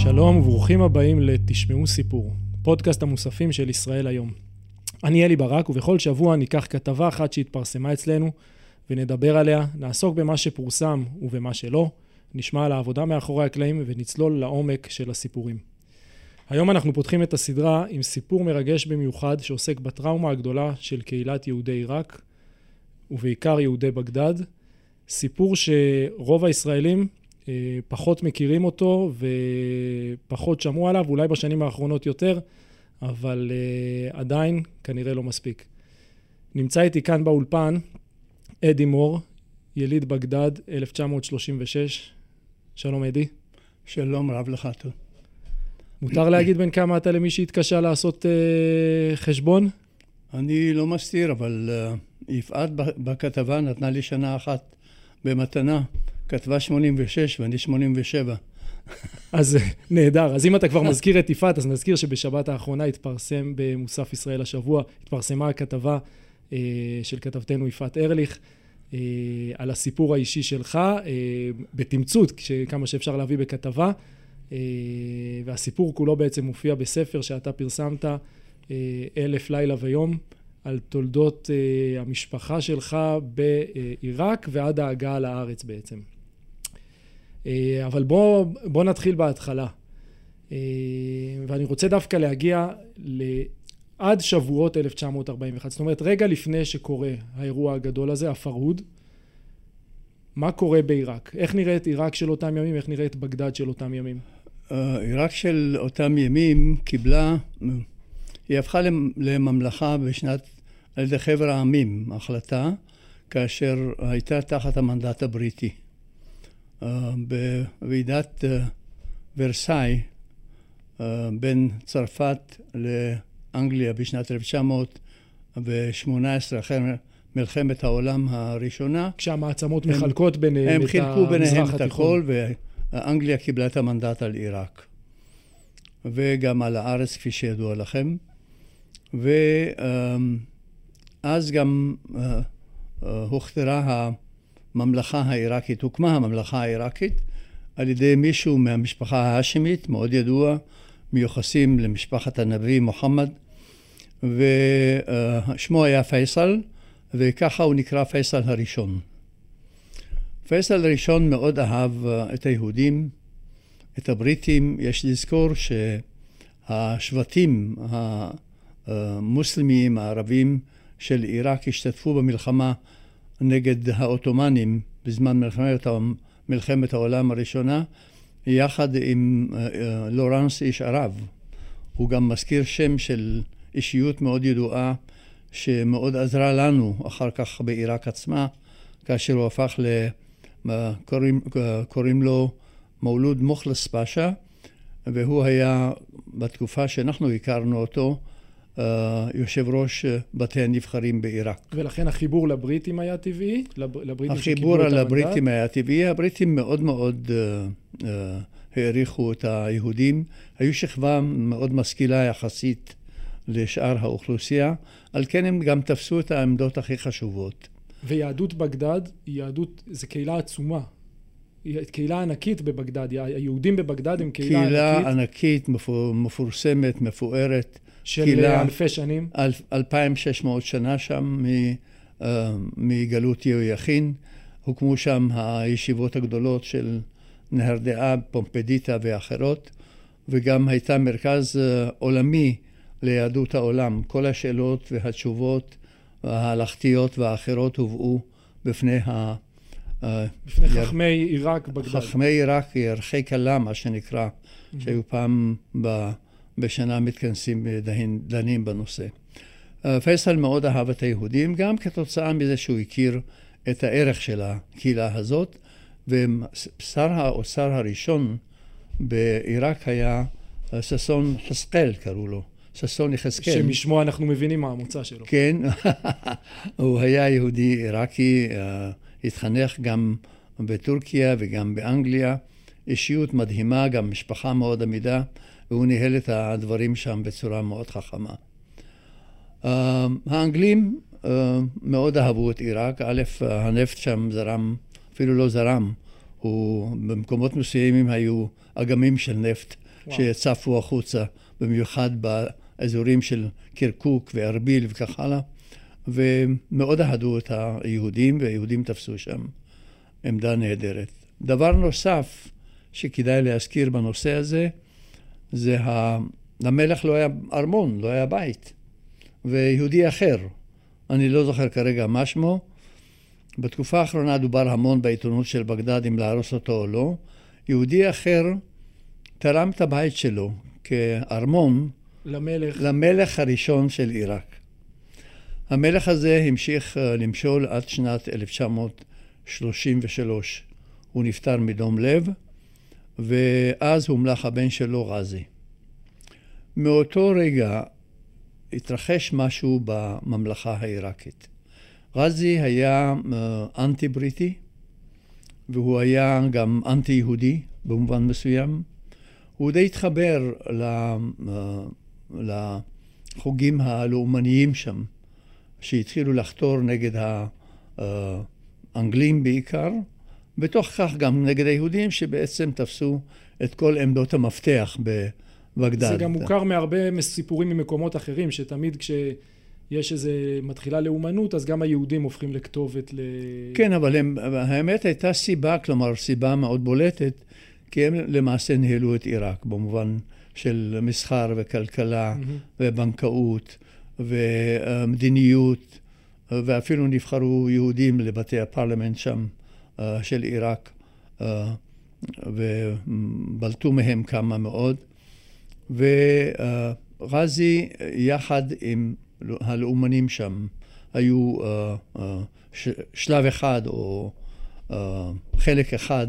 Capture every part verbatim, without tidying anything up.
שלום וברוכים הבאים לתשמעו סיפור, פודקאסט המוספים של ישראל היום. אני אלי ברק, ובכל שבוע ניקח כתבה אחת שהתפרסמה אצלנו ונדבר עליה, נעסוק במה שפורסם ובמה שלא, נשמע על העבודה מאחורי הקלעים ונצלול לעומק של הסיפורים. היום אנחנו פותחים את הסדרה עם סיפור מרגש במיוחד שעוסק בטראומה הגדולה של קהילת יהודי עיראק ובעיקר יהודי בגדד, סיפור שרוב הישראלים פחות מכירים אותו ופחות שמעו עליו, אולי בשנים האחרונות יותר, אבל uh, עדיין כנראה לא מספיק. נמצא איתי כאן באולפן אדי מור, יליד בגדד, אלף תשע מאות שלושים ושש. שלום אדי. שלום רב לך. טוב. מותר להגיד בין כמה אתה למי שהתקשה לעשות uh, חשבון? אני לא מסתיר, אבל uh, יפעת בכתבה נתנה לי שנה אחת במתנה. כתבה שמונים ושש ואני שמונים ושבע. אז נהדר. אז אם אתה כבר מזכיר את יפעת, אז נזכיר שבשבת האחרונה התפרסם במוסף ישראל השבוע, התפרסמה הכתבה אה, של כתבתנו יפעת ארליך, אה, על הסיפור האישי שלך, אה, בתמצות, כמה שאפשר להביא בכתבה, אה, והסיפור כולו בעצם מופיע בספר שאתה פרסמת, אה, אלף לילה ויום, על תולדות אה, המשפחה שלך בעיראק ועד ההגעה לארץ בעצם. אבל בוא, בוא נתחיל בהתחלה. ואני רוצה דווקא להגיע עד שבועות אלף תשע מאות ארבעים ואחת. זאת אומרת, רגע לפני שקורה האירוע הגדול הזה, הפרהוד, מה קורה בעיראק? איך נראית עיראק של אותם ימים? איך נראית בגדד של אותם ימים? עיראק של אותם ימים קיבלה, היא הפכה לממלכה בשנת, על ידי חבר העמים, החלטה, כאשר הייתה תחת המנדט הבריטי. Uh, בוועידת uh, ורסאי uh, בין צרפת לאנגליה בשנת אלף תשע מאות שמונה עשרה, אחרי מלחמת העולם הראשונה. כשהמעצמות הם, מחלקות ביניהם הם את חילקו ביניהם את התיכון. הכל, ואנגליה קיבלה את המנדט על עיראק. וגם על הארץ, כפי שידוע לכם. ואז uh, גם uh, uh, הוכתרה ה... הממלכה העיראקית, הוקמה הממלכה העיראקית על ידי מישהו מהמשפחה ההאשמית, מאוד ידוע, מיוחסים למשפחת הנביא מוחמד, ושמו היה פייסל, וככה הוא נקרא פייסל הראשון. פייסל הראשון מאוד אהב את היהודים, את הבריטים. יש לזכור שהשבטים המוסלמיים הערבים של עיראק השתתפו במלחמה נגד העות'מאנים בזמן מלחמת, מלחמת העולם הראשונה, יחד עם לורנס איש ערב. הוא גם מזכיר שם של אישיות מאוד ידועה שמאוד עזרה לנו אחר כך בעיראק עצמה, כאשר הוא הפך ל... קוראים, קוראים לו מולוד מוכלס פאשה, והוא היה בתקופה שאנחנו הכרנו אותו, Uh, יושב ראש בתי הנבחרים בעיראק. ולכן החיבור לבריטים היה טבעי? לבריטים החיבור על הבריטים היה טבעי. הבריטים מאוד מאוד uh, uh, העריכו את היהודים. היו שכבה מאוד משכילה יחסית לשאר האוכלוסייה. על כן הם גם תפסו את העמדות הכי חשובות. ויהדות בגדד, יהדות, זה קהילה עצומה. קהילה ענקית בבגדד. היהודים בבגדד הם קהילה ענקית. קהילה ענקית, מפורסמת, מפוארת. של אלפי שנים? אל, אלפיים ושש מאות שנה שם מ, uh, מגלות יהויכין. הוקמו שם הישיבות הגדולות של נהרדעה, פומפדיטה ואחרות, וגם הייתה מרכז uh, עולמי ליהדות העולם. כל השאלות והתשובות ההלכתיות והאחרות הובאו בפני ה... Uh, בפני יר... חכמי עיראק בגדד. חכמי עיראק, ירחי כלה, מה שנקרא, mm-hmm. שהיו פעם ב... בשנה מתכנסים דנים, דנים בנושא. פייסל מאוד אהב את היהודים, גם כתוצאה מזה שהוא הכיר את הערך של הקהילה הזאת, ושר האוצר הראשון בעיראק היה ששון חזקאל, קראו לו, ששון יחזקאל. שמשמו אנחנו מבינים מה המוצא שלו. כן, הוא היה יהודי עיראקי, התחנך גם בטורקיה וגם באנגליה, אישיות מדהימה, גם משפחה מאוד עמידה, והוא ניהל את הדברים שם בצורה מאוד חכמה. Uh, האנגלים uh, מאוד אהבו את עיראק. א', הנפט שם זרם, אפילו לא זרם, הוא במקומות מסוימים היו אגמים של נפט שצפו החוצה, במיוחד באזורים של קרקוק וארביל וכך הלאה, ומאוד אהדו את היהודים, והיהודים תפסו שם עמדה נהדרת. דבר נוסף שכדאי להזכיר בנושא הזה, זה למלך לא היה ארמון, לא היה בית, ויהודי אחר, אני לא זוכר כרגע מה שמו, בתקופה האחרונה דובר המון בעיתונות של בגדד אם להרוס אותו או לא, יהודי אחר תרם את הבית שלו כארמון למלך, למלך הראשון של עיראק. המלך הזה המשיך למשול עד שנת אלף תשע מאות שלושים ושלוש. הוא נפטר מדום לב, ואז הומלך הבן שלו רזי. מאותו רגע התרחש משהו בממלכה העיראקית. רזי היה אנטי בריטי, והוא היה גם אנטי יהודי במובן מסוים. הוא די התחבר לחוגים הלאומניים שם, שהתחילו לחתור נגד האנגלים בעיקר, בתוך כך גם נגד היהודים שבעצם תפסו את כל עמדות המפתח בבגדד. זה גם מוכר מהרבה סיפורים ממקומות אחרים, שתמיד כשיש איזה מתחילה לאומנות, אז גם היהודים הופכים לכתובת ל... כן, אבל הם, האמת הייתה סיבה, כלומר סיבה מאוד בולטת, כי הם למעשה ניהלו את עיראק, במובן של מסחר וכלכלה mm-hmm. ובנקאות ומדיניות, ואפילו נבחרו יהודים לבתי הפרלמנט שם של עיראק, ובלטו מהם כמה מאוד. ורזי יחד עם הלאומנים שם היו שלב אחד או חלק אחד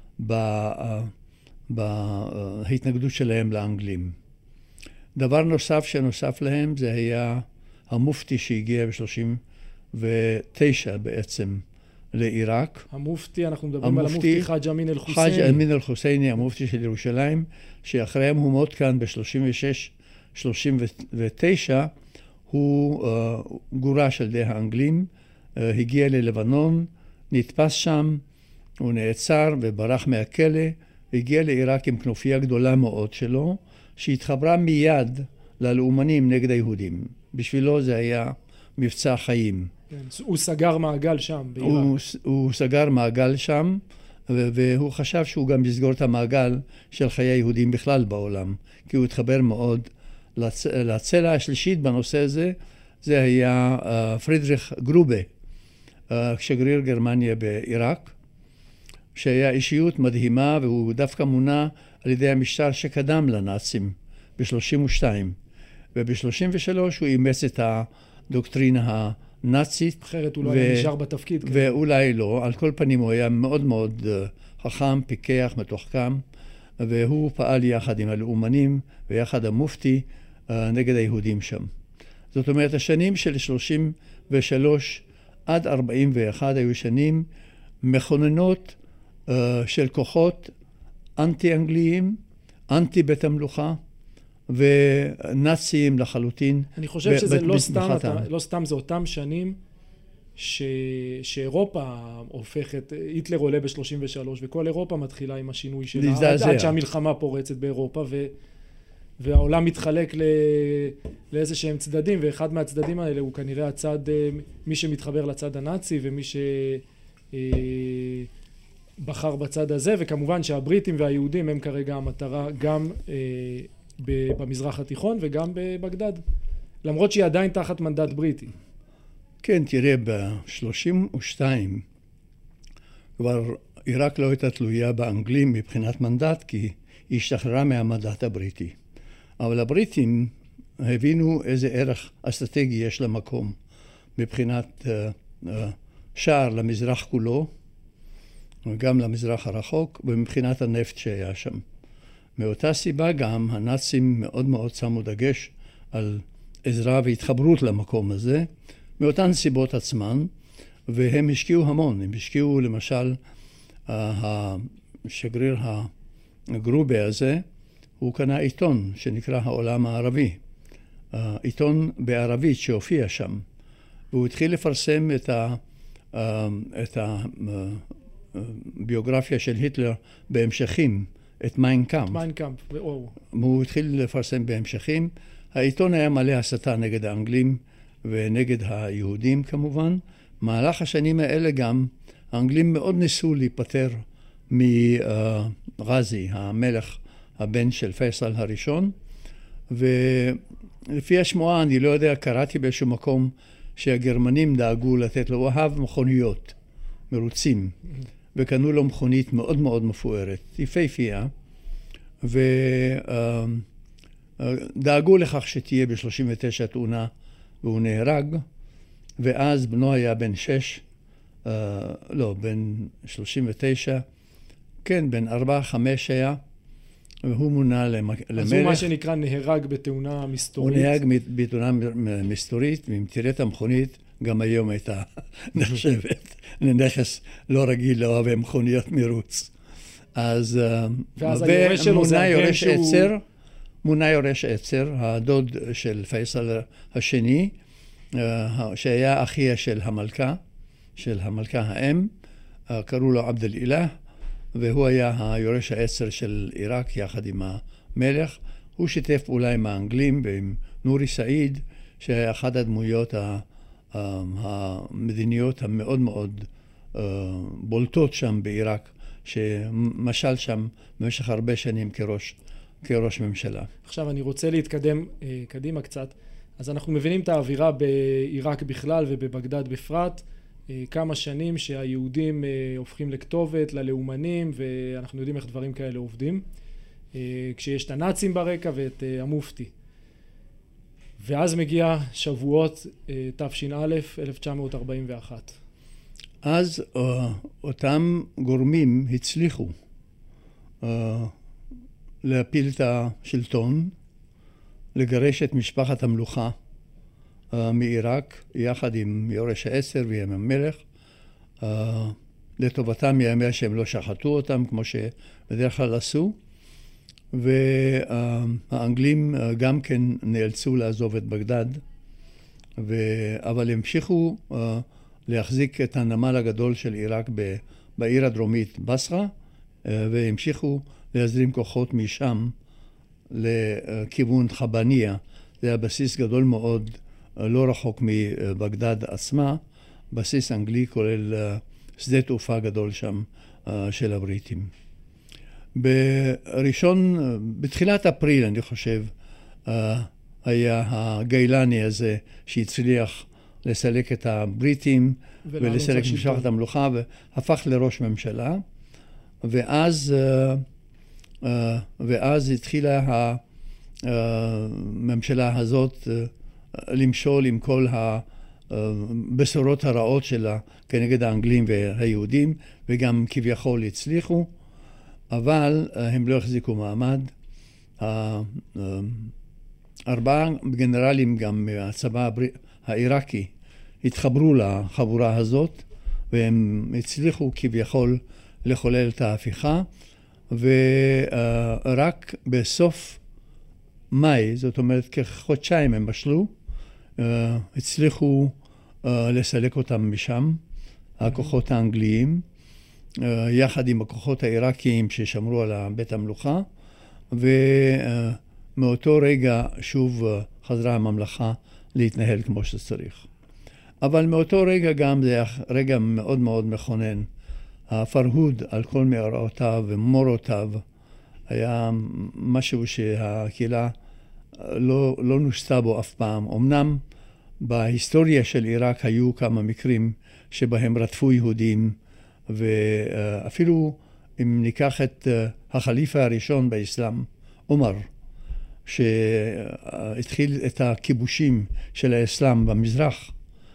בהתנגדות שלהם לאנגלים. דבר נוסף שנוסף להם זה היה המופתי שהגיע ב-שלושים ותשע בעצם לעיראק. המופתי, אנחנו מדברים המופתי, על המופתי חאג' אמין אל-חוסייני. חאג' אמין אל-חוסייני, המופתי של ירושלים, שאחרי המהומות כאן ב-שלושים ושש שלושים ותשע, הוא uh, גורש על ידי האנגלים, uh, הגיע ללבנון, נתפס שם, הוא נעצר וברח מהכלא, הגיע לעיראק עם כנופיה גדולה מאוד שלו, שהתחברה מיד ללאומנים נגד היהודים. בשבילו זה היה מבצע חיים. כן, הוא סגר מעגל שם בעיראק. הוא, הוא סגר מעגל שם, והוא חשב שהוא גם יסגור את המעגל של חיי היהודים בכלל בעולם, כי הוא התחבר מאוד לצ... לצלע השלישית בנושא הזה. זה היה uh, פרידריך גרובה, uh, שגריר גרמניה בעיראק, שהיה אישיות מדהימה, והוא דווקא מונה על ידי המשטר שקדם לנאצים ב-שלושים ושתיים, וב-שלושים ושלוש הוא אימץ את הדוקטרינה הנאצית. אחרת הוא לא ו... היה נשאר בתפקיד. ואולי לא, על כל פנים הוא היה מאוד מאוד uh, חכם, פיקח, מתוחכם, והוא פעל יחד עם הלאומנים ויחד המופתי uh, נגד היהודים שם. זאת אומרת, השנים של שלושים ושלוש עד ארבעים ואחת היו שנים מכוננות uh, של כוחות אנטי-אנגליים, אנטי-בית המלוכה, ונאציים לחלוטין. אני חושב שזה לא סתם, אתה, לא סתם, זה אותם שנים ש... שאירופה הופכת, היטלר עולה ב-שלושים ושלוש, וכל אירופה מתחילה עם השינוי שלה, עד, עד שהמלחמה פורצת באירופה, ו... והעולם מתחלק ל... לאיזה שהם צדדים, ואחד מהצדדים האלה הוא כנראה הצד, מי שמתחבר לצד הנאצי, ומי שבחר בצד הזה, וכמובן שהבריטים והיהודים הם כרגע המטרה גם במזרח התיכון וגם בבגדד, למרות שהיא עדיין תחת מנדט בריטי. כן, תראה, ב-שלושים ושתיים כבר עיראק לא הייתה תלויה באנגלים מבחינת מנדט, כי היא השתחררה מהמנדט הבריטי. אבל הבריטים הבינו איזה ערך אסטרטגי יש למקום מבחינת uh, uh, שער למזרח כולו, וגם למזרח הרחוק, ומבחינת הנפט שהיה שם. מאותה סיבה גם הנאצים מאוד מאוד שמו דגש על עזרה והתחברות למקום הזה, מאותן סיבות עצמן, והם השקיעו המון. הם השקיעו למשל, השגריר הגרובה הזה, הוא קנה עיתון שנקרא העולם הערבי, עיתון בערבית שהופיע שם, והוא התחיל לפרסם את ה... את הביוגרפיה של היטלר בהמשכים את מיין קאמפ. מיין קאמפ, ואו. הוא התחיל לפרסם בהמשכים. העיתון היה מלא הסתה נגד האנגלים ונגד היהודים כמובן. מהלך השנים האלה גם האנגלים מאוד ניסו להיפטר מג'אזי, המלך הבן של פייסל הראשון, ולפי השמועה, אני לא יודע, קראתי באיזשהו מקום שהגרמנים דאגו לתת לו, הוא אהב מכוניות, מרוצים, וקנו לו מכונית מאוד מאוד מפוארת, יפהפייה, ודאגו לכך שתהיה ב-שלושים ותשע תאונה, והוא נהרג, ואז בנו היה בן שש, uh, לא, בן שלושים ותשע, כן, בן ארבע, חמש היה, והוא מונה למלך. אז הוא מה שנקרא נהרג בתאונה מסתורית. הוא נהרג בתאונה מסתורית, ואם תראה את המכונית, גם היום הייתה נחשבת לנכס לא רגיל לאוהבי מכוניות מרוץ. אז, ואז היורש שלו זה הבן שהוא... עצר, מונה יורש עצר, הדוד של פייסל השני, שהיה אחיה של המלכה, של המלכה האם, קראו לו עבד אל-אילה, והוא היה היורש העצר של עיראק יחד עם המלך. הוא שיתף פעולה עם האנגלים ועם נורי סעיד, שהיה אחת הדמויות המדיניות המאוד מאוד בולטות שם בעיראק, שמשל שם במשך הרבה שנים כראש, כראש ממשלה. עכשיו אני רוצה להתקדם קדימה קצת. אז אנחנו מבינים את האווירה בעיראק בכלל ובבגדד בפרט, כמה שנים שהיהודים הופכים לכתובת, ללאומנים, ואנחנו יודעים איך דברים כאלה עובדים, כשיש את הנאצים ברקע ואת המופתי. ואז מגיע שבועות תש"א, אלף תשע מאות ארבעים ואחת. אז אותם גורמים הצליחו להפיל את השלטון, לגרש את משפחת המלוכה מעיראק, יחד עם יורש העצר ועם המלך. לטובתם יאמר שהם לא שחטו אותם, כמו שבדרך כלל עשו. והאנגלים גם כן נאלצו לעזוב את בגדד, אבל המשיכו להחזיק את הנמל הגדול של עיראק בעיר הדרומית בסרה, והמשיכו להזרים כוחות משם לכיוון חבניה. זה היה בסיס גדול מאוד, לא רחוק מבגדד עצמה, בסיס אנגלי כולל שדה תעופה גדול שם של הבריטים. בראשון, בתחילת אפריל אני חושב, היה הגיילני הזה שהצליח לסלק את הבריטים ולסלק משפחת המלוכה והפך לראש ממשלה, ואז, ואז התחילה הממשלה הזאת למשול עם כל הבשורות הרעות שלה כנגד האנגלים והיהודים, וגם כביכול הצליחו, אבל הם לא החזיקו מעמד. ארבעה גנרלים גם מהצבא העיראקי התחברו לחבורה הזאת, והם הצליחו כביכול לחולל את ההפיכה, ורק בסוף מאי, זאת אומרת כחודשיים הם בשלו, הצליחו לסלק אותם משם, הכוחות האנגליים, יחד עם הכוחות העיראקיים ששמרו על בית המלוכה, ומאותו רגע שוב חזרה הממלכה להתנהל כמו שצריך. אבל מאותו רגע גם זה היה רגע מאוד מאוד מכונן. הפרהוד על כל מאורעותיו ומורותיו היה משהו שהקהילה לא, לא נוסתה בו אף פעם. אמנם בהיסטוריה של עיראק היו כמה מקרים שבהם רדפו יהודים, ואפילו אם ניקח את החליפה הראשון באסלאם, עומר, שהתחיל את הכיבושים של האסלאם במזרח,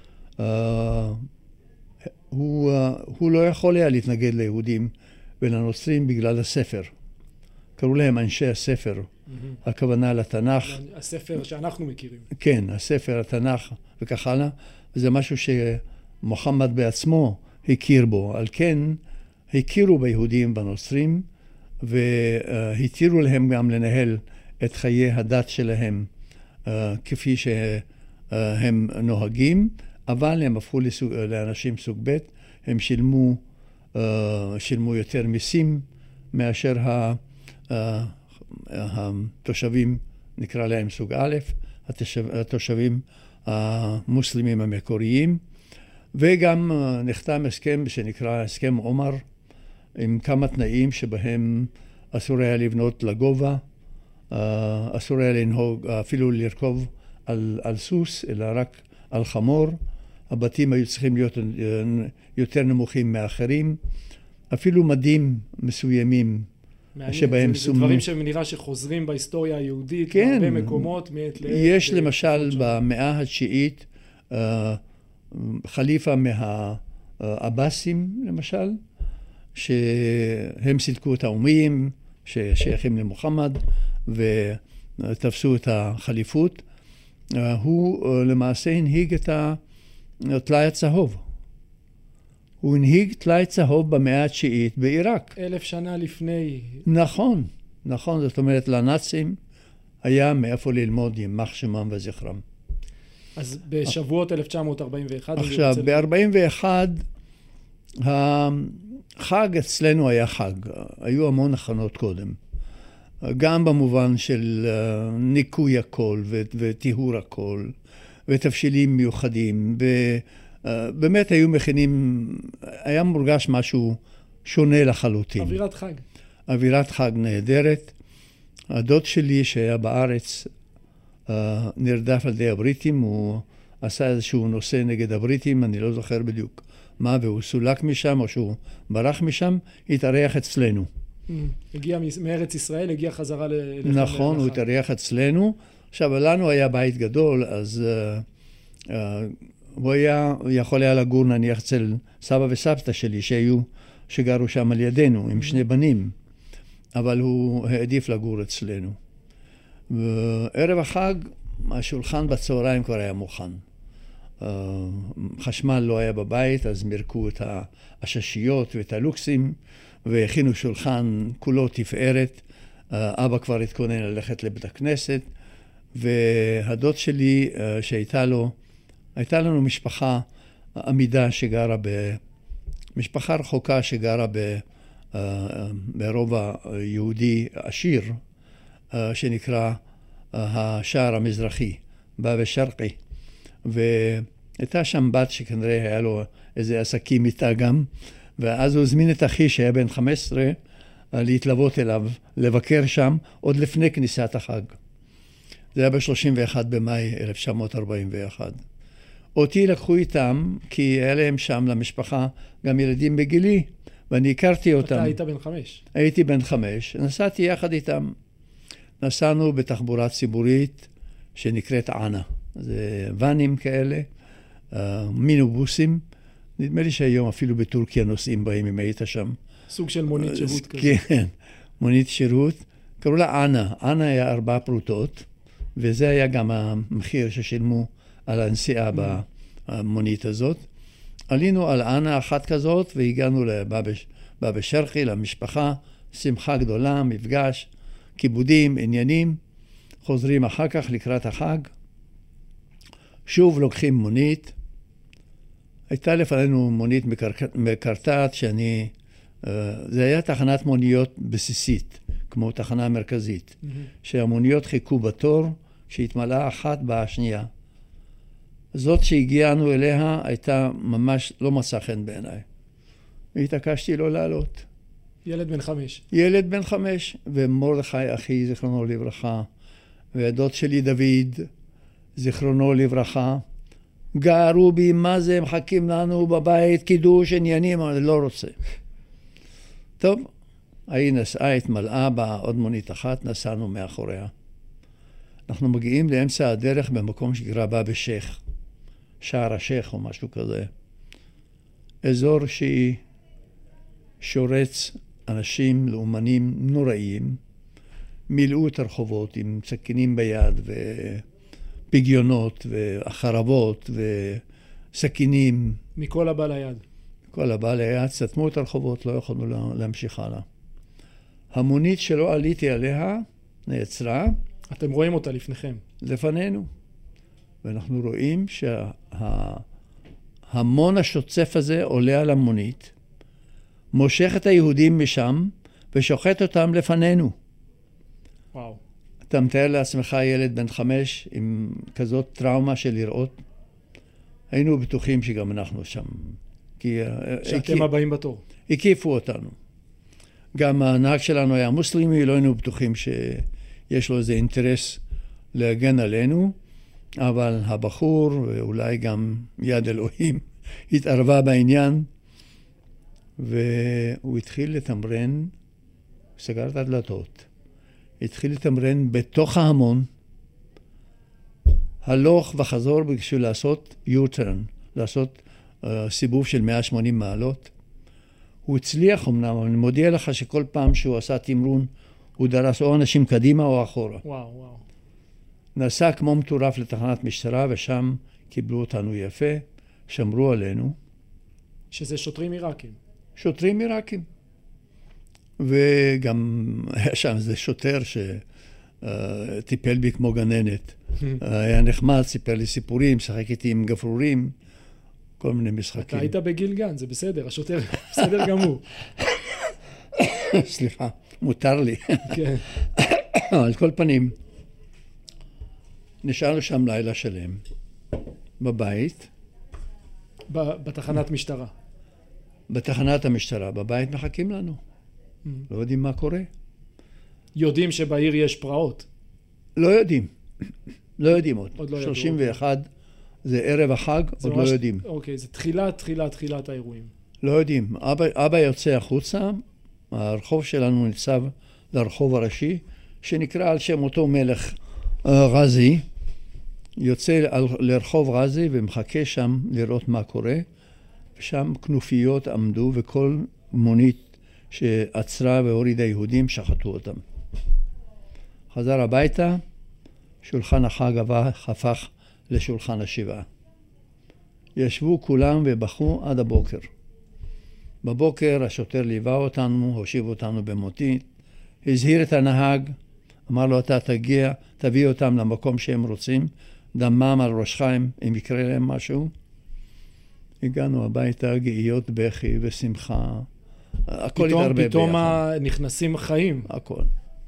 הוא, הוא לא יכול היה להתנגד ליהודים ולנוצרים בגלל הספר. קראו להם אנשי הספר, mm-hmm. הכוונה לתנ"ך. הספר שאנחנו מכירים. כן, הספר, התנ"ך וכך הלאה. וזה משהו שמוחמד בעצמו הכיר בו. על כן הכירו ביהודים בנוצרים, והתירו להם גם לנהל את חיי הדת שלהם כפי שהם נוהגים, אבל הם הפכו לסוג, לאנשים סוג ב', הם שילמו, שילמו יותר מיסים מאשר התושבים, נקרא להם סוג א', התושבים המוסלמים המקוריים, וגם נחתם הסכם שנקרא הסכם עומר, עם כמה תנאים שבהם אסור היה לבנות לגובה, אסור היה לנהוג, אפילו לרכוב על, על סוס, אלא רק על חמור. הבתים היו צריכים להיות יותר נמוכים מאחרים. אפילו מדים מסוימים שבהם זה, סומנו. זה דברים שנראה שחוזרים בהיסטוריה היהודית, כן. בהרבה מקומות, מעת לעת. יש למשל במאה התשיעית חליפה מהעבאסים, למשל, שהם סילקו את האומיים, ששייכים למוחמד, ותפסו את החליפות. הוא למעשה הנהיג את הטלאי הצהוב. הוא הנהיג טלאי צהוב במאה התשיעית בעיראק. אלף שנה לפני. נכון, נכון. זאת אומרת, לנאצים היה מאיפה ללמוד יימח שמם וזכרם. אז בשבועות אלף תשע מאות ארבעים ואחת... עכשיו, ב-ארבעים ואחת החג אצלנו היה חג. היו המון הכנות קודם. גם במובן של ניקוי הכל וטיהור הכל, ותבשילים מיוחדים, ובאמת היו מכינים, היה מורגש משהו שונה לחלוטין. אווירת חג. אווירת חג נהדרת. הדוד שלי שהיה בארץ נרדף על ידי הבריטים, הוא עשה איזשהו נושא נגד הבריטים, אני לא זוכר בדיוק מה, והוא סולק משם או שהוא ברח משם, התארח אצלנו. הגיע מארץ ישראל, הגיע חזרה ל... נכון, הוא התארח אצלנו. עכשיו, לנו היה בית גדול, אז uh, uh, הוא היה, יכול היה לגור נניח אצל סבא וסבתא שלי, שהיו, שגרו שם על ידינו, עם שני בנים. אבל הוא העדיף לגור אצלנו. וערב החג, השולחן בצהריים כבר היה מוכן. Uh, חשמל לא היה בבית, אז מרקו את הששיות ואת הלוקסים, והכינו שולחן כולו תפארת. אבא כבר התכונן ללכת לבית הכנסת, והדוד שלי שהייתה לו, הייתה לנו משפחה עמידה שגרה ב... משפחה רחוקה שגרה ב... ברובע יהודי עשיר, שנקרא השער המזרחי, באב א-שרקי. והייתה שם בת שכנראה היה לו איזה עסקים איתה גם, ואז הוא הזמין את אחי שהיה בן חמש עשרה להתלוות אליו, לבקר שם עוד לפני כניסת החג. זה היה ב-שלושים ואחד במאי אלף תשע מאות ארבעים ואחת. אותי לקחו איתם, כי היה להם שם למשפחה גם ילדים בגילי, ואני הכרתי אותם. אתה היית בן חמש. הייתי בן חמש. נסעתי יחד איתם. נסענו בתחבורה ציבורית שנקראת ענה. זה ואנים כאלה, מינובוסים. נדמה לי שהיום אפילו בטורקיה נוסעים בהם, אם היית שם. סוג של מונית שירות כזה. כן, מונית שירות. קראו לה אנה. אנה היה ארבע פרוטות, וזה היה גם המחיר ששילמו על הנסיעה במונית הזאת. עלינו על אנה אחת כזאת, והגענו לבאב א-שרקי, למשפחה, שמחה גדולה, מפגש, כיבודים, עניינים. חוזרים אחר כך לקראת החג. שוב לוקחים מונית. הייתה לפנינו מונית מקרטעת שאני, זה היה תחנת מוניות בסיסית, כמו תחנה מרכזית, mm-hmm. שהמוניות חיכו בתור, שהתמלאה אחת בשנייה. זאת שהגיענו אליה הייתה ממש לא מצא חן בעיניי. והתעקשתי לא לעלות. ילד בן חמש. ילד בן חמש, ומרדכי אחי, זיכרונו לברכה, והדוד שלי דוד, זיכרונו לברכה, גערו בי, מה זה, מחכים לנו בבית, קידוש, עניינים, אני לא רוצה. טוב, היא נסעה, התמלאה בה עוד מונית אחת, נסענו מאחוריה. אנחנו מגיעים לאמצע הדרך במקום שקרא באב א-שייח, שער השייח או משהו כזה. אזור שהיא שורץ אנשים לאומנים נוראיים, מילאו את הרחובות עם סכינים ביד ופגיונות וחרבות וסכינים. מכל הבא ליד. כל הבא ליד, סתמו את הרחובות, לא יכולנו להמשיך הלאה. המונית שלא עליתי עליה נעצרה. אתם רואים אותה לפניכם. לפנינו. ואנחנו רואים שההמון השוצף הזה עולה על המונית, מושך את היהודים משם ושוחט אותם לפנינו. וואו. אתה מתאר לעצמך ילד בן חמש עם כזאת טראומה של לראות. היינו בטוחים שגם אנחנו שם. כי, שאתם הכי... הבאים בתור. הקיפו אותנו. גם הנהג שלנו היה מוסלמי, לא היינו בטוחים שיש לו איזה אינטרס להגן עלינו, אבל הבחור, ואולי גם יד אלוהים, התערבה בעניין, והוא התחיל לתמרן, סגר את הדלתות, התחיל לתמרן בתוך ההמון, הלוך וחזור בשביל לעשות U-turn, לעשות uh, סיבוב של מאה ושמונים מעלות. הוא הצליח אמנם, אבל אני מודיע לך שכל פעם שהוא עשה תמרון, הוא דרס או אנשים קדימה או אחורה. וואו, וואו. נסע כמו מטורף לתחנת משטרה, ושם קיבלו אותנו יפה, שמרו עלינו. שזה שוטרים עיראקים. שוטרים עיראקים. וגם היה שם איזה שוטר שטיפל בי כמו גננת. היה נחמד, סיפר לי סיפורים, שחק איתי עם גפרורים, כל מיני משחקים. אתה היית בגיל גן, זה בסדר, השוטר בסדר גמור. סליחה, מותר לי. כן. על כל פנים, נשארנו שם לילה שלם, בבית. בתחנת משטרה. בתחנת המשטרה, בבית מחכים לנו. לא יודעים מה קורה. יודעים שבעיר יש פרעות. לא יודעים. לא יודעים עוד. עוד לא שלושים ואחת זה ערב החג, עוד לא יודעים. אוקיי, זה תחילת, תחילת, תחילת האירועים. לא יודעים. אבא, אבא יוצא החוצה, הרחוב שלנו ניצב לרחוב הראשי, שנקרא על שם אותו מלך רזי, יוצא לרחוב רזי ומחכה שם לראות מה קורה, ושם כנופיות עמדו וכל מונית שעצרה והורידה יהודים שחטו אותם. חזר הביתה, שולחן החג הפך לשולחן השבעה. ישבו כולם ובכו עד הבוקר. בבוקר השוטר ליווה אותנו, הושיב אותנו במוטית, הזהיר את הנהג, אמר לו אתה תגיע, תביא אותם למקום שהם רוצים, דמם על ראשך אם יקרה להם משהו. הגענו הביתה, גאיות בכי ושמחה, הכל התערבב ביחד. פתאום נכנסים חיים. הכל.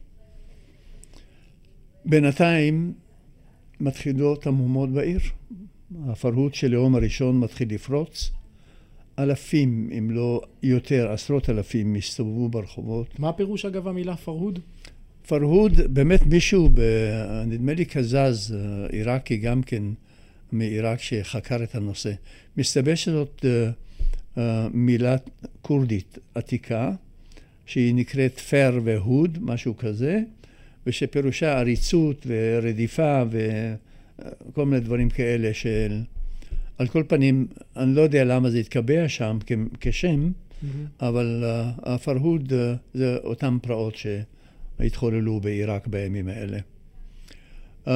בינתיים מתחילות המהומות בעיר. הפרהוד של היום הראשון מתחיל לפרוץ. אלפים, אם לא יותר, עשרות אלפים מסתובבו ברחובות. מה הפירוש אגב המילה פרהוד? פרהוד, באמת מישהו, נדמה לי קזז, עיראקי גם כן מעיראק שחקר את הנושא. מסתבר שזאת uh, מילה קורדית עתיקה, שהיא נקראת פר והוד, משהו כזה, ושפירושה עריצות ורדיפה וכל מיני דברים כאלה של... על כל פנים, אני לא יודע למה זה התקבע שם כ- כשם, mm-hmm. אבל uh, הפרהוד uh, זה אותם פרעות שהתחוללו בעיראק בימים האלה. Uh,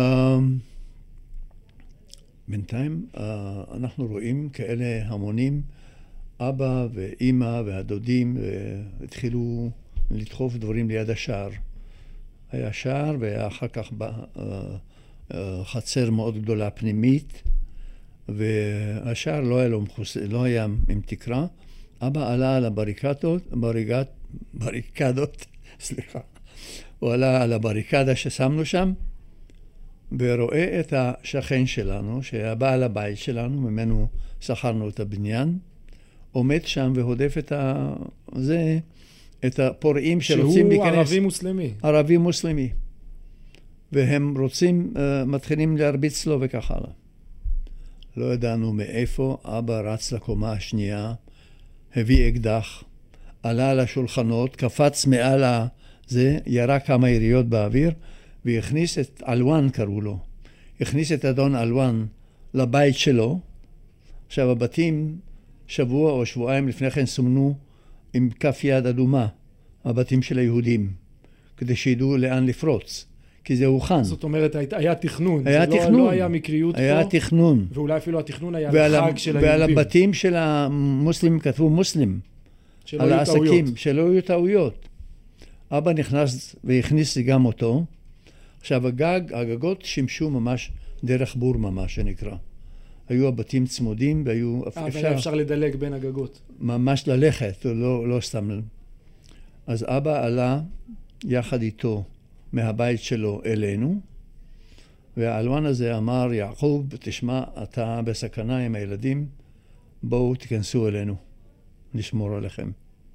בינתיים uh, אנחנו רואים כאלה המונים, אבא ואימא והדודים, והתחילו לדחוף דברים ליד השער. היה שער ואחר כך בא, uh, uh, חצר מאוד גדולה פנימית, והשער לא היה לו מחוס... לא היה עם תקרה. אבא עלה על הבריקדות, בריקד... בריקדות, סליחה. הוא עלה על הבריקדה ששמנו שם, ורואה את השכן שלנו, שהיה בעל הבית שלנו, ממנו שכרנו את הבניין, עומד שם והודף את ה... זה, את הפורעים שרוצים להיכנס. שהוא ערבי מוסלמי. ערבי מוסלמי. והם רוצים, uh, מתחילים להרביץ לו וכך הלאה. לא ידענו מאיפה, אבא רץ לקומה השנייה, הביא אקדח, עלה על השולחנות, קפץ מעל הזה, ירה כמה יריות באוויר, והכניס את אלואן, קראו לו. הכניס את אדון אלואן לבית שלו. עכשיו, הבתים שבוע או שבועיים לפני כן סומנו עם כף יד אדומה, הבתים של היהודים, כדי שידעו לאן לפרוץ. כי זה הוכן. זאת אומרת, היה תכנון. היה זה תכנון. לא, לא היה מקריות היה פה. תכנון. ואולי אפילו התכנון היה ועל לחג של ועל היהודים. ועל הבתים של המוסלמים כתבו מוסלים. שלא על יהיו העסקים, טעויות. שלא יהיו טעויות. אבא נכנס והכניס גם אותו. עכשיו, הגג, הגגות שימשו ממש דרך בורמה, מה שנקרא. היו הבתים צמודים והיו... אה, והיה אפשר לדלג בין הגגות. ממש ללכת, לא, לא סתם. אז אבא עלה יחד איתו מהבית שלו אלינו, והאלואן הזה אמר, יעקב, תשמע, אתה בסכנה עם הילדים, בואו תיכנסו אלינו, נשמור עליכם.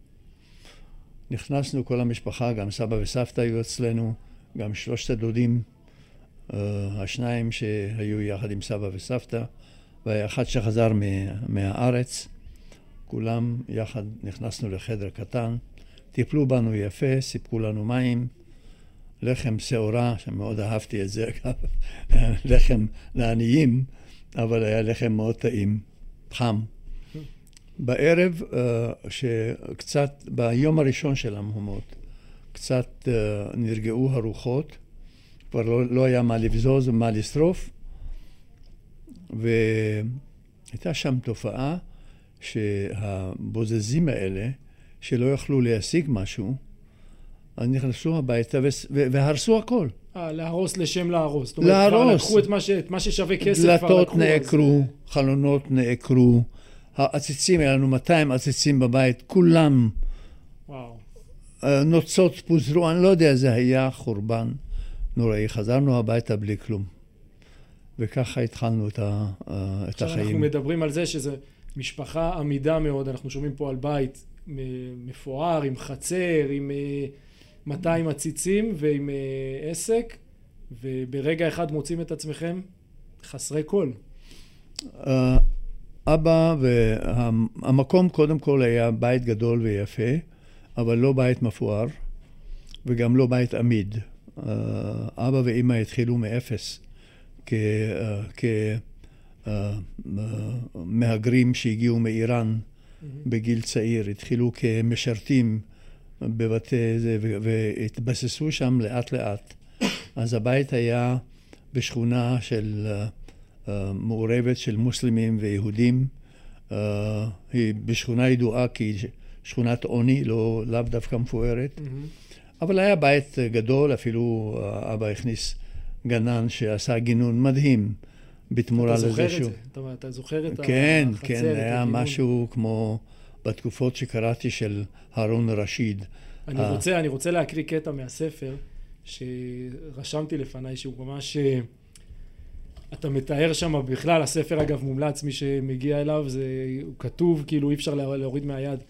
נכנסנו כל המשפחה, גם סבא וסבתא היו אצלנו, גם שלושת הדודים, uh, השניים שהיו יחד עם סבא וסבתא, והאחד שחזר מה, מהארץ, כולם יחד נכנסנו לחדר קטן, טיפלו בנו יפה, סיפקו לנו מים, לחם שעורה, שמאוד אהבתי את זה, לחם לעניים, אבל היה לחם מאוד טעים, חם. בערב, שקצת, ביום הראשון של המהומות, קצת נרגעו הרוחות, כבר לא, לא היה מה לבזוז ומה לשרוף, והייתה שם תופעה שהבוזזים האלה, שלא יכלו להשיג משהו, אז נכנסו הביתה והרסו הכל. אה, להרוס לשם להרוס. להרוס. לקחו את מה, ש... את מה ששווה כסף כבר לקחו. דלתות נעקרו, אז... חלונות נעקרו, העציצים, היה לנו מאתיים עציצים בבית, כולם. וואו. נוצות פוזרו, אני לא יודע, זה היה חורבן נוראי. חזרנו הביתה בלי כלום. וככה התחלנו את, ה... את החיים. אנחנו מדברים על זה שזה משפחה עמידה מאוד, אנחנו שומעים פה על בית מפואר, עם חצר, עם מאתיים עציצים ועם עסק, וברגע אחד מוצאים את עצמכם חסרי כל. אבא, והמקום קודם כל היה בית גדול ויפה, אבל לא בית מפואר, וגם לא בית עמיד. אבא ואמא התחילו מאפס, כמהגרים שהגיעו מאיראן, בגיל צעיר, התחילו כמשרתים בבתי זה, והתבססו שם לאט לאט. אז הבית היה בשכונה של uh, מעורבת של מוסלמים ויהודים. Uh, היא בשכונה ידועה כי שכונת עוני, לא, לאו דווקא מפוארת. Mm-hmm. אבל היה בית גדול, אפילו uh, אבא הכניס גנן שעשה גינון מדהים. בתמורה לזה שהוא... אתה זוכר את זה? אתה, אתה זוכר את כן, החצר? כן, היה משהו כמו בתקופות שקראתי של הרון רשיד. אני ה... רוצה, אני רוצה להקריא קטע מהספר שרשמתי לפניי, שהוא ממש... אתה מתאר שם בכלל, הספר אגב מומלץ, מי שמגיע אליו, זה, הוא כתוב, כאילו אי אפשר להוריד מהיד.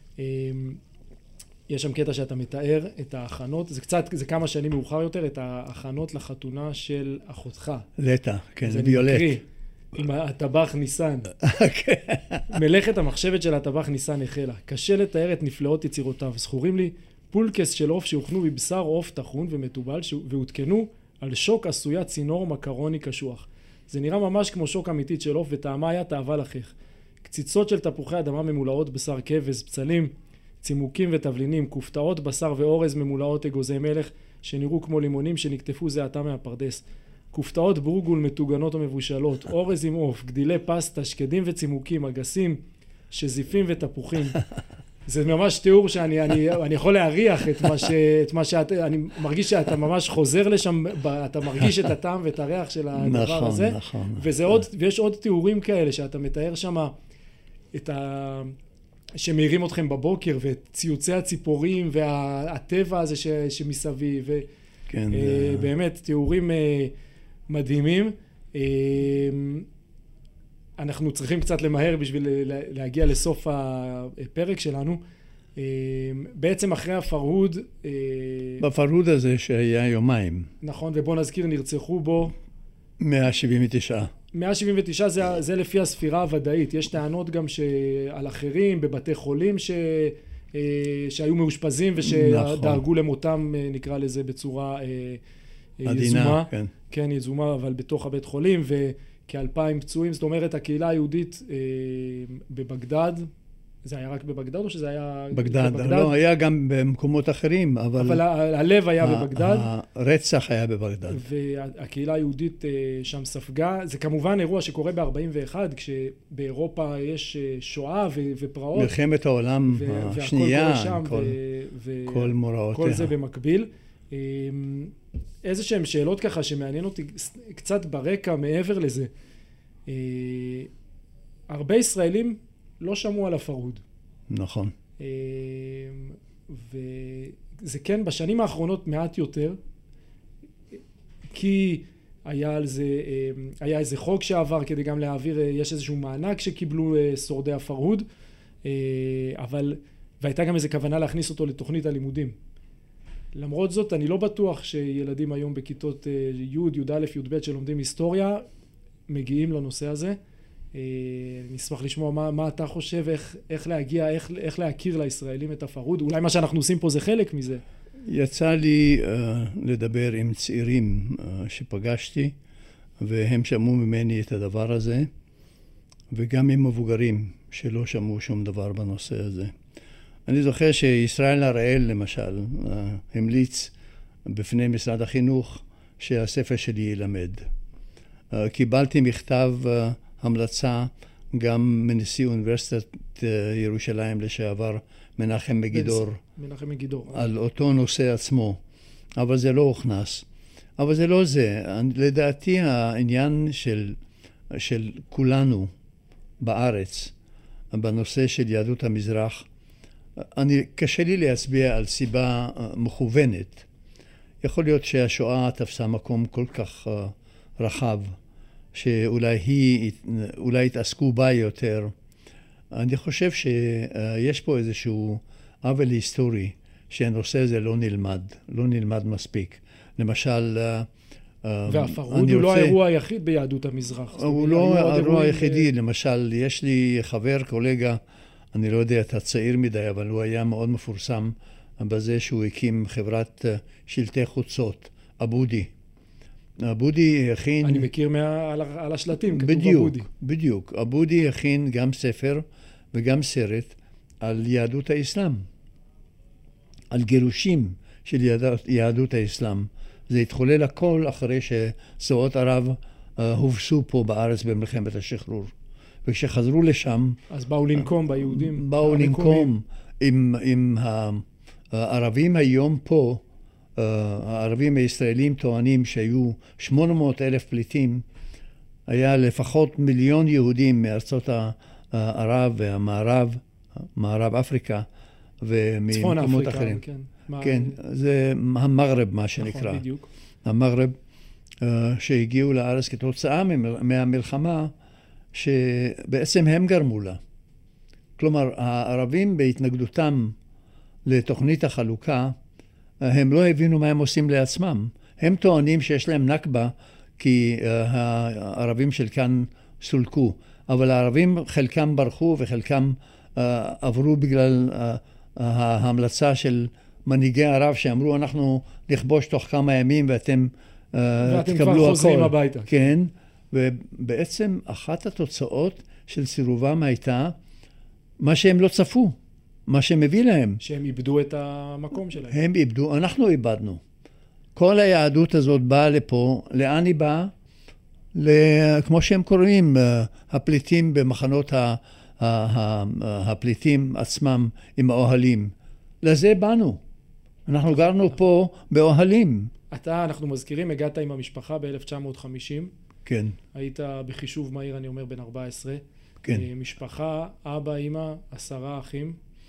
יש שם קטע שאתה מתאר את ההכנות, זה קצת, זה כמה שנים מאוחר יותר, את ההכנות לחתונה של אחותך. לטה, כן, זה ויולט. מקריא, עם הטבח ניסן. מלאכת המחשבת של הטבח ניסן החלה. קשה לתאר את נפלאות יצירותיו. זכורים לי פולקס של עוף שהוכנו בבשר עוף טחון ומטובל, והותקנו על שוק עשויה צינור מקרוני קשוח. זה נראה ממש כמו שוק אמיתית של עוף, וטעמה היה תאווה לחך. קציצות של תפוחי אדמה ממולאות בשר כבש, בצלים, צימוקים ותבלינים, כופתאות בשר ואורז ממולאות אגוזי מלך שנראו כמו לימונים שנקטפו זה עתה מהפרדס, כופתאות ברוגול מטוגנות ומבושלות, אורז עם עוף, גדילי פסטה, שקדים וצימוקים, אגסים, שזיפים ותפוחים. זה ממש תיאור שאני אני, אני יכול להריח את מה, ש, את מה שאת, אני מרגיש שאתה ממש חוזר לשם, אתה מרגיש את הטעם ואת הריח של הדבר נכון, הזה. נכון. וזה עוד, ויש עוד תיאורים כאלה שאתה מתאר שם את ה... שמאירים אתכם בבוקר, ואת ציוצי הציפורים, והטבע הזה ש, שמסביב, כן, ובאמת תיאורים מדהימים. אנחנו צריכים קצת למהר בשביל להגיע לסוף הפרק שלנו. בעצם אחרי הפרהוד... בפרהוד הזה שהיה יומיים. נכון, ובוא נזכיר, נרצחו בו... מאה שבעים ותשע. מאה שבעים ותשע זה, זה לפי הספירה הוודאית. יש טענות גם שעל אחרים בבתי חולים ש, שהיו מאושפזים ושדאגו נכון. למותם, נקרא לזה בצורה עדינה, יזומה. כן. כן, יזומה, אבל בתוך הבית חולים, וכאלפיים פצועים. זאת אומרת, הקהילה היהודית בבגדד, זה היה רק בבגדד או שזה היה... בגדד, בבגדד? לא, היה גם במקומות אחרים, אבל... אבל הלב היה בבגדד. הרצח היה בבגדד. והקהילה היהודית שם ספגה. זה כמובן אירוע שקורה ב-ארבעים ואחת, כשבאירופה יש שואה ופרעות. מלחמת העולם השנייה, כל מוראותיה. כל זה במקביל. איזה שהן שאלות ככה שמעניין אותי קצת ברקע מעבר לזה. הרבה ישראלים לא שמעו על הפרהוד. נכון. וזה כן, בשנים האחרונות מעט יותר, כי היה על זה, היה איזה חוק שעבר כדי גם להעביר, יש איזשהו מענק שקיבלו שורדי הפרהוד, אבל, והייתה גם איזו כוונה להכניס אותו לתוכנית הלימודים. למרות זאת, אני לא בטוח שילדים היום בכיתות י', י"א, י"ב שלומדים היסטוריה, מגיעים לנושא הזה. נשמח לשמוע מה, מה אתה חושב, איך, איך להגיע, איך, איך להכיר לישראלים את הפרהוד. אולי מה שאנחנו עושים פה זה חלק מזה. יצא לי uh, לדבר עם צעירים uh, שפגשתי, והם שמעו ממני את הדבר הזה, וגם עם מבוגרים שלא שמעו שום דבר בנושא הזה. אני זוכר שישראל הראל למשל uh, המליץ בפני משרד החינוך שהספר שלי ילמד. Uh, קיבלתי מכתב uh, המלצה גם מנשיא אוניברסיטת uh, ירושלים לשעבר, מנחם מגידור, מנחם מגידור, על אותו נושא עצמו, אבל זה לא הוכנס. אבל זה לא זה. לדעתי העניין של, של כולנו בארץ, בנושא של יהדות המזרח, אני, קשה לי להצביע על סיבה מכוונת. יכול להיות שהשואה תפסה מקום כל כך רחב, שאולי היא, אולי התעסקו בה יותר. אני חושב שיש פה איזשהו עוול היסטורי שהנושא הזה לא נלמד, לא נלמד מספיק. למשל, והפרהוד הוא לא האירוע היחיד ביהדות המזרח. הוא לא האירוע היחידי. למשל, יש לי חבר, קולגה, אני לא יודע, אתה צעיר מדי, אבל הוא היה מאוד מפורסם בזה שהוא הקים חברת שלטי חוצות, אבודי. אבודי הכין... אני מכיר מה... על, על השלטים, כתוב בדיוק, אבודי. בדיוק. אבודי הכין גם ספר וגם סרט על יהדות האסלאם, על גירושים של יהדות, יהדות האסלאם. זה התחולל הכל אחרי שצבאות ערב uh, הובסו פה בארץ במלחמת השחרור. וכשחזרו לשם... אז באו לנקום ביהודים. באו לנקום עם, עם הערבים היום פה, uh, הערבים הישראלים טוענים שהיו שמונה מאות אלף פליטים, היה לפחות מיליון יהודים מארצות הערב והמערב, מערב אפריקה, וממקומות אחרים. כן. כן, זה המגרב מה שנקרא. נכון, בדיוק. המגרב שהגיעו לארץ כתוצאה מהמלחמה שבעצם הם גרמו לה. כלומר, הערבים בהתנגדותם לתוכנית החלוקה, הם לא הבינו מה הם עושים לעצמם. הם טוענים שיש להם נכבה כי הערבים של כאן סולקו. אבל הערבים חלקם ברחו וחלקם עברו בגלל ההמלצה של מנהיגי ערב שאמרו אנחנו נכבוש תוך כמה ימים ואתם תקבלו הכל. ואתם כבר חוזרים הביתה. כן, ובעצם אחת התוצאות של סירובם הייתה מה שהם לא צפו, מה שמביא להם. שהם איבדו את המקום שלהם. הם איבדו, אנחנו איבדנו. כל היהדות הזאת באה לפה, לאן היא באה? כמו שהם קוראים, הפליטים במחנות הפליטים עצמם עם האוהלים. לזה באנו. אנחנו גרנו פה באוהלים. אתה, אנחנו מזכירים, הגעת עם המשפחה ב-אלף תשע מאות וחמישים. כן. היית בחישוב מהיר, אני אומר, בן ארבע עשרה. כן. משפחה, אבא, אמא, עשרה אחים.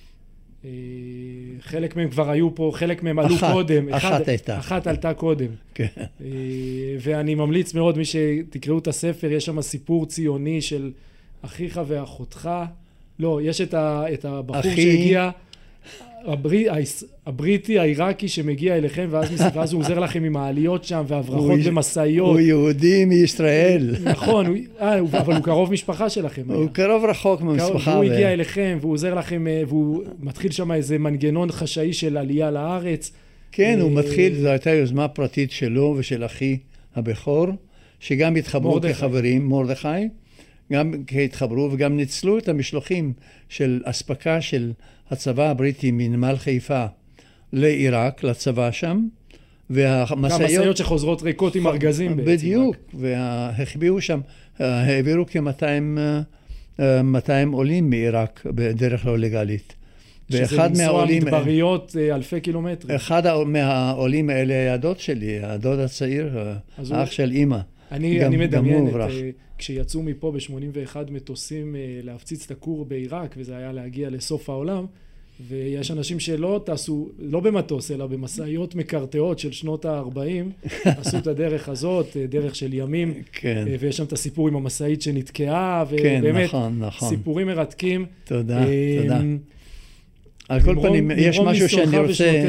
חלק מהם כבר היו פה, חלק מהם עלו אחת, קודם. אחת אחד, הייתה. אחת עלתה קודם. כן. ואני ממליץ מאוד, מי שתקראו את הספר, יש שם סיפור ציוני של אחיך ואחותך. לא, יש את, ה, את הבחור אחי... שהגיע, הברי, הבריטי, העיראקי שמגיע אליכם, ואז, ואז הוא עוזר לכם עם העליות שם, והברחות במסעיות. הוא יהודי מישראל. נכון, הוא, אה, אבל הוא קרוב משפחה שלכם. הוא היה. קרוב רחוק ממשפחה. והוא ו... הגיע אליכם, והוא עוזר לכם, והוא מתחיל שם איזה מנגנון חשאי של עלייה לארץ. כן, הוא מתחיל, זו הייתה יוזמה פרטית שלו ושל אחי הבכור, שגם התחברו מורדכי. כחברים, מורדכי, גם התחברו וגם ניצלו את המשלוחים של אספקה של הצבא הבריטי מנמל חיפה לעיראק, לצבא שם, והמשאיות... גם משאיות שחוזרות ריקות עם ארגזים בעצם. בדיוק, והחביאו שם, העבירו כ-מאתיים עולים מעיראק בדרך לא לגלית. שזה לנסוע מדבריות אלפי קילומטרים. אחד מהעולים האלה היה הדוד שלי, הדוד הצעיר, האח של אמא. אני, אני מדמיין את, כשיצאו מפה ב-שמונים ואחת מטוסים להפציץ את הכור בעיראק, וזה היה להגיע לסוף העולם, ויש אנשים שלא טסו, לא במטוס, אלא במסעיות מקרטעות של שנות ה-ארבעים, עשו את הדרך הזאת, דרך של ימים, כן. ויש שם את הסיפור עם המסעית שנתקעה, כן, ובאמת, נכון, נכון. סיפורים מרתקים. תודה, תודה. על כל פנים, יש משהו שאני רוצה,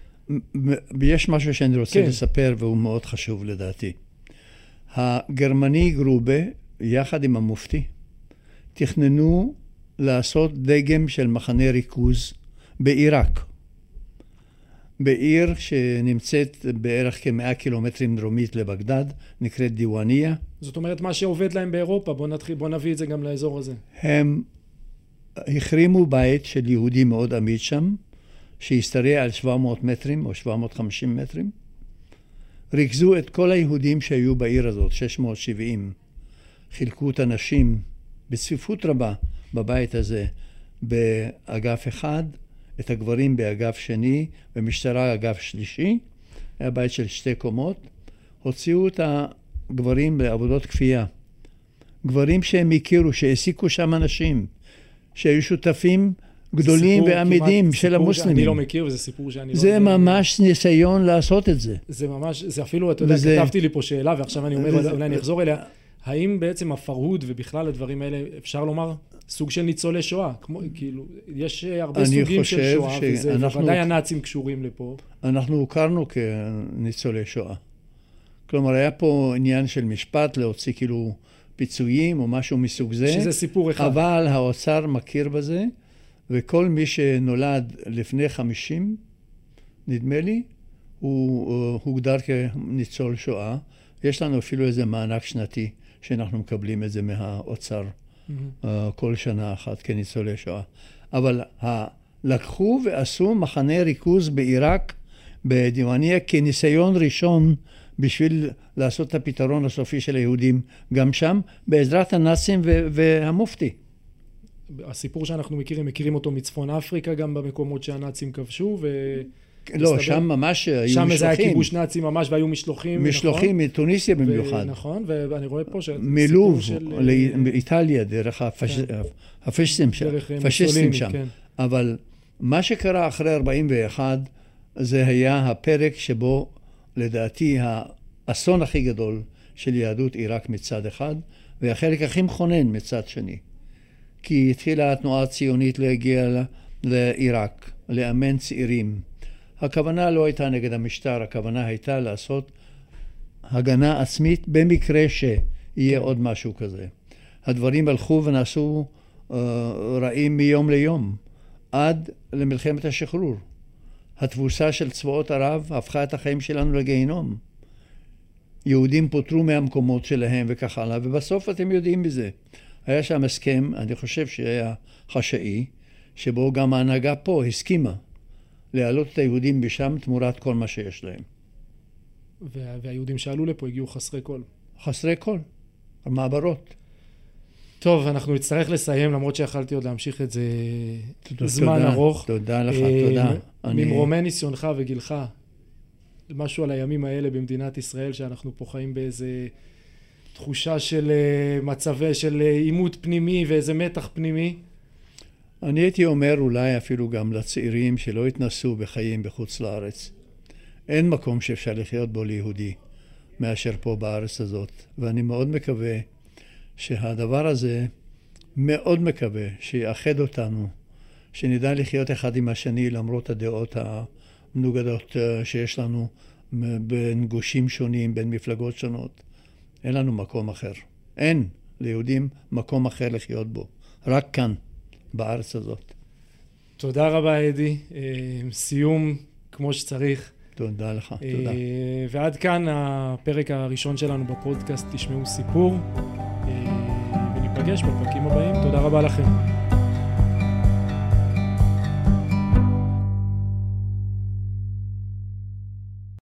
יש משהו שאני רוצה כן. לספר, והוא מאוד חשוב לדעתי. הגרמני גרובה, יחד עם המופתי, תכננו לעשות דגם של מחנה ריכוז בעיראק. בעיר שנמצאת בערך כמאה קילומטרים דרומית לבגדד, נקראת דיוואניה. זאת אומרת, מה שעובד להם באירופה, בוא נתחיל, בוא נביא את זה גם לאזור הזה. הם החרימו בית של יהודי מאוד עמיד שם, שהשתרע על שבע מאות מטרים או שבע מאות וחמישים מטרים. ריכזו את כל היהודים שהיו בעיר הזאת, שש מאות שבעים. חילקו את הנשים בצפיפות רבה בבית הזה באגף אחד, את הגברים באגף שני, במשטרה אגף שלישי, היה בית של שתי קומות. הוציאו את הגברים לעבודות כפייה. גברים שהם הכירו, שהעסיקו שם אנשים, שהיו שותפים גדולים ועמידים של המוסלמים. אני לא מכיר, וזה סיפור שאני לא... זה ממש ניסיון לעשות את זה. זה ממש, זה אפילו, אתה יודע, כתבתי לי פה שאלה, ועכשיו אני אומר, אולי אני אחזור אליה. האם בעצם הפרהוד ובכלל הדברים האלה, אפשר לומר, סוג של ניצולי שואה? כמו, כאילו, יש הרבה סוגים של שואה, וזה, ודאי הנאצים קשורים לפה. אנחנו הוכרנו כניצולי שואה. כלומר, היה פה עניין של משפט, להוציא כאילו פיצויים או משהו מסוג זה. שזה סיפור אחד. אבל האוצר מכיר בזה, וכל מי שנולד לפני חמישים, נדמה לי, הוא הוגדר כניצול שואה. יש לנו אפילו איזה מענק שנתי, שאנחנו מקבלים את זה מהאוצר, mm-hmm. כל שנה אחת כניצולי שואה. אבל לקחו ועשו מחנה ריכוז בעיראק, בדיוואניה, כניסיון ראשון בשביל לעשות את הפתרון הסופי של היהודים גם שם, בעזרת הנאצים והמופתי. הסיפור שאנחנו מכירים, מכירים אותו מצפון אפריקה, גם במקומות שהנאצים כבשו, ו... לא, שם ממש היו משלוחים. שם זה היה כיבוש נאצי ממש, והיו משלוחים, משלוחים מתוניסיה במיוחד. נכון, ואני רואה פה מלוב, לאיטליה, דרך הפשיסטים שם. אבל מה שקרה אחרי ארבעים ואחת, זה היה הפרק שבו, לדעתי, האסון הכי גדול של יהדות עיראק מצד אחד, והחלק הכי מכונן מצד שני. כי התחילה התנועה הציונית להגיע לעיראק, לאמן צעירים. הכוונה לא הייתה נגד המשטר, הכוונה הייתה לעשות הגנה עצמית במקרה שיהיה עוד משהו כזה. הדברים הלכו ונעשו uh, רעים מיום ליום, עד למלחמת השחרור. התבוסה של צבאות ערב הפכה את החיים שלנו לגיהינום. יהודים פוטרו מהמקומות שלהם וכך הלאה, ובסוף אתם יודעים בזה. היה שם הסכם, אני חושב שהיה חשאי, שבו גם ההנהגה פה הסכימה להעלות את היהודים בשם תמורת כל מה שיש להם. וה, והיהודים שעלו לפה הגיעו חסרי כל. חסרי כל, המעברות. טוב, אנחנו נצטרך לסיים, למרות שיכלתי עוד להמשיך את זה תודה, זמן תודה, ארוך. תודה לך, תודה. ממרומי ניסיונך וגילך, משהו על הימים האלה במדינת ישראל, שאנחנו פה חיים באיזה תחושה של מצבי, של עימות פנימי ואיזה מתח פנימי. אני הייתי אומר אולי אפילו גם לצעירים שלא התנסו בחיים בחוץ לארץ. אין מקום שאפשר לחיות בו ליהודי מאשר פה בארץ הזאת. ואני מאוד מקווה שהדבר הזה, מאוד מקווה שיאחד אותנו, שנדע לחיות אחד עם השני למרות הדעות המנוגדות שיש לנו בין גושים שונים, בין מפלגות שונות. אין לנו מקום אחר. אין ליהודים מקום אחר לחיות בו. רק כאן. בארץ הזאת. תודה רבה, אדי. סיום כמו שצריך. תודה לך, תודה. ועד כאן הפרק הראשון שלנו בפודקאסט, תשמעו סיפור, וניפגש בפרקים הבאים. תודה רבה לכם.